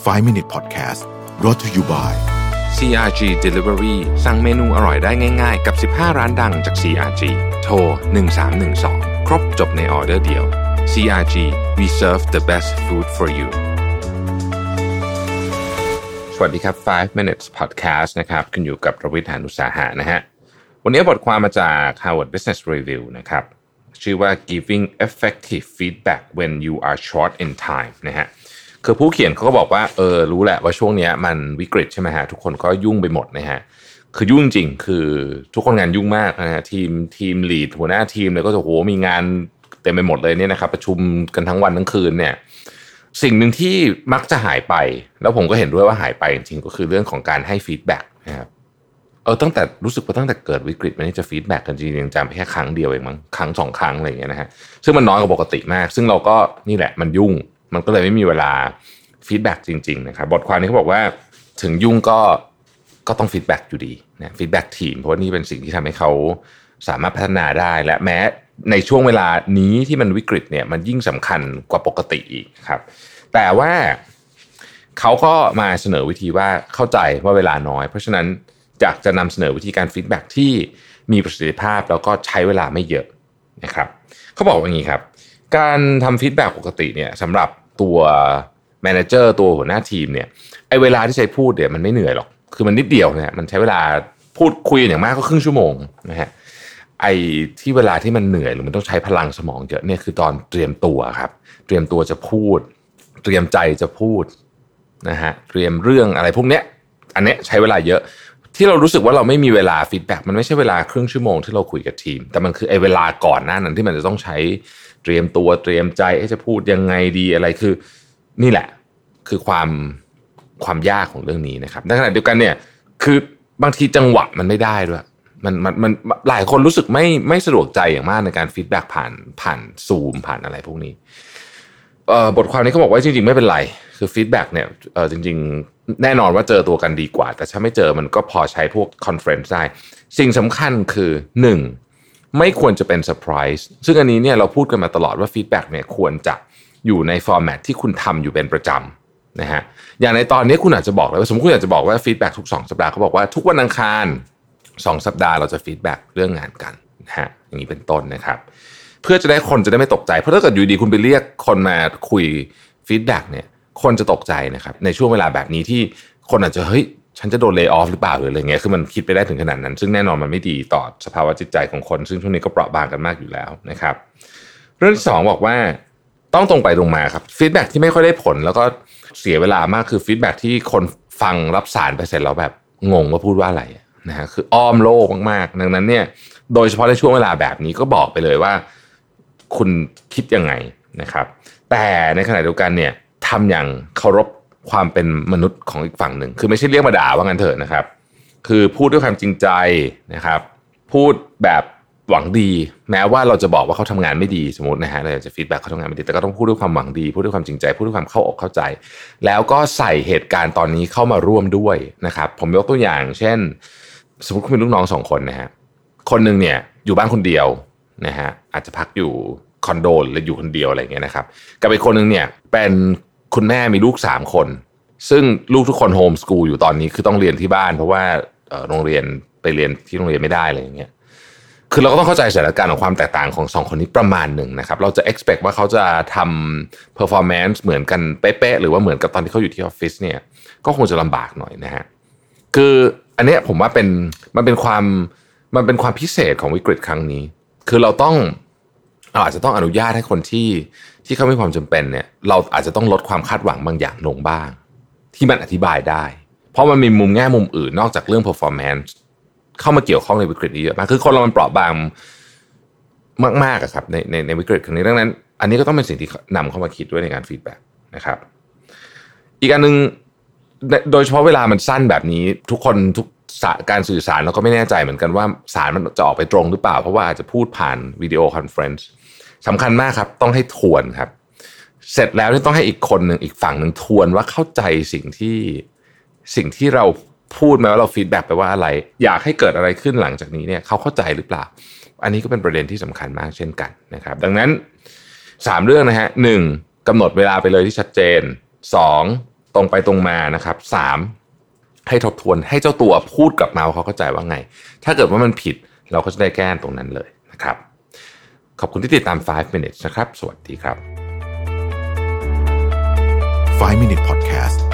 5 Minute Podcast brought to you by CRG Delivery สั่งเมนูอร่อยได้ง่ายๆกับ15ร้านดังจาก CRG โทร1312ครบจบในออเดอร์เดียว CRG we serve the best food for you สวัสดีครับ5 Minutes Podcast นะครับคุณอยู่กับรวิทย์ หาญอุตสาหะนะฮะวันนี้บทความมาจาก Harvard Business Review นะครับชื่อว่า Giving Effective Feedback When You Are Short in Time นะฮะคือผู้เขียนเขาก็บอกว่ารู้แหละว่าช่วงนี้มันวิกฤตใช่ไหมฮะทุกคนก็ยุ่งไปหมดนะฮะคือยุ่งจริงคือทุกคนงานยุ่งมากนะฮะทีมลีดหัวหน้าทีมเลยก็จะโหมีงานเต็มไปหมดเลยเนี่ยนะครับประชุมกันทั้งวันทั้งคืนเนี่ยสิ่งหนึ่งที่มักจะหายไปแล้วผมก็เห็นด้วยว่าหายไปจริงๆก็คือเรื่องของการให้ฟีดแบ็กนะครับตั้งแต่รู้สึกว่าตั้งแต่เกิดวิกฤตมันนี่จะฟีดแบ็กกันจริงๆจำไปแค่ครั้งเดียวเองมั้งครั้ง2ครั้งอะไรอย่างเงี้ยนะฮะซึ่งมันน้อยกว่าปกติมากซึ่งเราก็นี่แหละมันยุ่งมันก็เลยไม่มีเวลาฟีดแบ็กจริงๆนะครับบทความนี้เขาบอกว่าถึงยุ่งก็ต้องฟีดแบ็กอยู่ดีนะฟีดแบ็กทีมเพราะว่านี่เป็นสิ่งที่ทำให้เขาสามารถพัฒนาได้และแม้ในช่วงเวลานี้ที่มันวิกฤตเนี่ยมันยิ่งสำคัญกว่าปกติอีกครับแต่ว่าเขาก็มาเสนอวิธีว่าเข้าใจว่าเวลาน้อยเพราะฉะนั้นอยากจะนำเสนอวิธีการฟีดแบ็กที่มีประสิทธิภาพแล้วก็ใช้เวลาไม่เยอะนะครับเขาบอกว่าอย่างนี้ครับการทำฟีดแบ็กปกติเนี่ยสำหรับตัวแมเนเจอร์ตัวหัวหน้าทีมเนี่ยไอ้เวลาที่ใช้พูดเนี่ยมันไม่เหนื่อยหรอกคือมันนิดเดียวเนี่ยมันใช้เวลาพูดคุยอย่างมากก็ครึ่งชั่วโมงนะฮะไอ้ที่เวลาที่มันเหนื่อยหรือมันต้องใช้พลังสมองเยอะเนี่ยคือตอนเตรียมตัวครับเตรียมตัวจะพูดเตรียมใจจะพูดนะฮะเตรียมเรื่องอะไรพวกเนี้ยอันเนี้ยใช้เวลาเยอะที่เรารู้สึกว่าเราไม่มีเวลาฟีดแบ็กมันไม่ใช่เวลาครึ่งชั่วโมงที่เราคุยกับทีมแต่มันคือไอ้เวลาก่อนหน้านั้นที่มันจะต้องใช้เตรียมตัวเตรียมใจจะพูดยังไงดีอะไรคือนี่แหละคือความยากของเรื่องนี้นะครับในขณะเดียวกันเนี่ยคือบางทีจังหวะมันไม่ได้ด้วยมันหลายคนรู้สึกไม่สะดวกใจอย่างมากในการฟีดแบ็กผ่านซูมผ่านอะไรพวกนี้บทความนี้เขาบอกว่าจริงๆไม่เป็นไรคือฟีดแบ็กเนี่ยจริงๆแน่นอนว่าเจอตัวกันดีกว่าแต่ถ้าไม่เจอมันก็พอใช้พวกคอนเฟรนซ์ได้สิ่งสำคัญคือ1ไม่ควรจะเป็นเซอร์ไพรส์ซึ่งอันนี้เนี่ยเราพูดกันมาตลอดว่าฟีดแบ็กเนี่ยควรจะอยู่ในฟอร์แมตที่คุณทำอยู่เป็นประจำนะฮะอย่างในตอนนี้คุณอาจจะบอกเลยว่าสมมติคุณอยากจะบอกว่าฟีดแบ็กทุก2สัปดาห์เขาบอกว่าทุกวันอังคาร2สัปดาห์เราจะฟีดแบ็กเรื่องงานกันนะฮะอย่างนี้เป็นต้นนะครับเพื่อจะได้คนจะได้ไม่ตกใจเพราะถ้าเกิดอยู่ดีคุณไปเรียกคนมาคุยฟีดแบ็กเนี่ยคนจะตกใจนะครับในช่วงเวลาแบบนี้ที่คนอาจจะเฮ้ยฉันจะโดนเลย์ออฟหรือเปล่าหรืออะไรเงี้ยคือมันคิดไปได้ถึงขนาดนั้นซึ่งแน่นอนมันไม่ดีต่อสภาวะจิตใจของคนซึ่งช่วงนี้ก็เปราะบางกันมากอยู่แล้วนะครับเรื่องที่2บอกว่าต้องตรงไปตรงมาครับฟีดแบ็กที่ไม่ค่อยได้ผลแล้วก็เสียเวลามากคือฟีดแบ็กที่คนฟังรับสารไปเสร็จแล้วแบบงงว่าพูดว่าอะไรนะฮะคืออ้อมโลกมากๆดังนั้นเนี่ยโดยเฉพาะในช่วงเวลาแบบนี้ก็บอกไปเลยว่าคุณคิดยังไงนะครับแต่ในขณะเดียวกันเนี่ยทำอย่างเคารพความเป็นมนุษย์ของอีกฝั่งหนึ่งคือไม่ใช่เรียกมาด่าว่างั้นเถอะนะครับคือพูดด้วยความจริงใจนะครับพูดแบบหวังดีแม้ว่าเราจะบอกว่าเขาทำงานไม่ดีสมมตินะฮะเราจะฟีดแบ็กเขาทำงานไม่ดีแต่ก็ต้องพูดด้วยความหวังดีพูดด้วยความจริงใจพูดด้วยความเข้าอกเข้าใจแล้วก็ใส่เหตุการณ์ตอนนี้เข้ามาร่วมด้วยนะครับผมยกตัวอย่างเช่นสมมติคุณเป็นลูกน้อง2คนนะฮะคนนึงเนี่ยอยู่บ้านคนเดียวนะฮะอาจจะพักอยู่คอนโดหรืออยู่คนเดียวอะไรอย่างเงี้ยนะครับกับอีกคนนึงเนี่ยเป็นคุณแม่มีลูก3คนซึ่งลูกทุกคนโฮมสกูลอยู่ตอนนี้คือต้องเรียนที่บ้านเพราะว่าโรงเรียนไปเรียนที่โรงเรียนไม่ได้อะไรอย่างเงี้ยคือเราก็ต้องเข้าใจสถานการณ์ของความแตกต่างของ2คนนี้ประมาณหนึ่งนะครับเราจะ expect ว่าเขาจะทำ performance เหมือนกันเป๊ะๆหรือว่าเหมือนกับตอนที่เขาอยู่ที่ออฟฟิศเนี่ยก็คงจะลำบากหน่อยนะฮะคืออันเนี้ยผมว่ามันเป็นความพิเศษของวิกฤตครั้งนี้คือเราอาจจะต้องอนุญาตให้คนที่เขามีความจำเป็นเนี่ยเราอาจจะต้องลดความคาดหวังบางอย่างลงบ้างที่มันอธิบายได้เพราะมันมีมุมแง่มุมอื่นนอกจากเรื่อง performance เข้ามาเกี่ยวข้องในวิกฤตนี้เยอะมากคือคนเรามันเปราะบางมากๆครับในวิกฤตครั้งนี้ดังนั้นอันนี้ก็ต้องเป็นสิ่งที่นำเข้ามาคิดด้วยในการฟีดแบ็กนะครับอีกอันนึงโดยเฉพาะเวลามันสั้นแบบนี้ทุกคนทุกการสื่อสารเราก็ไม่แน่ใจเหมือนกันว่าสารมันจะออกไปตรงหรือเปล่าเพราะว่าอาจจะพูดผ่านวิดีโอคอนเฟรนซ์สำคัญมากครับต้องให้ทวนครับเสร็จแล้วต้องให้อีกคนหนึ่งอีกฝั่งหนึ่งทวนว่าเข้าใจสิ่งที่เราพูดมาว่าเราฟีดแบ็กไปว่าอะไรอยากให้เกิดอะไรขึ้นหลังจากนี้เนี่ยเขาเข้าใจหรือเปล่าอันนี้ก็เป็นประเด็นที่สำคัญมากเช่นกันนะครับดังนั้น3เรื่องนะฮะ1กำหนดเวลาไปเลยที่ชัดเจน2 ตรงไปตรงมานะครับ3ให้ทบทวนให้เจ้าตัวพูดกลับมาว่าเขาเข้าใจว่าไงถ้าเกิดว่ามันผิดเราก็จะได้แก้ตรงนั้นเลยนะครับขอบคุณที่ติดตาม5 minutes นะครับสวัสดีครับ 5 Minute Podcast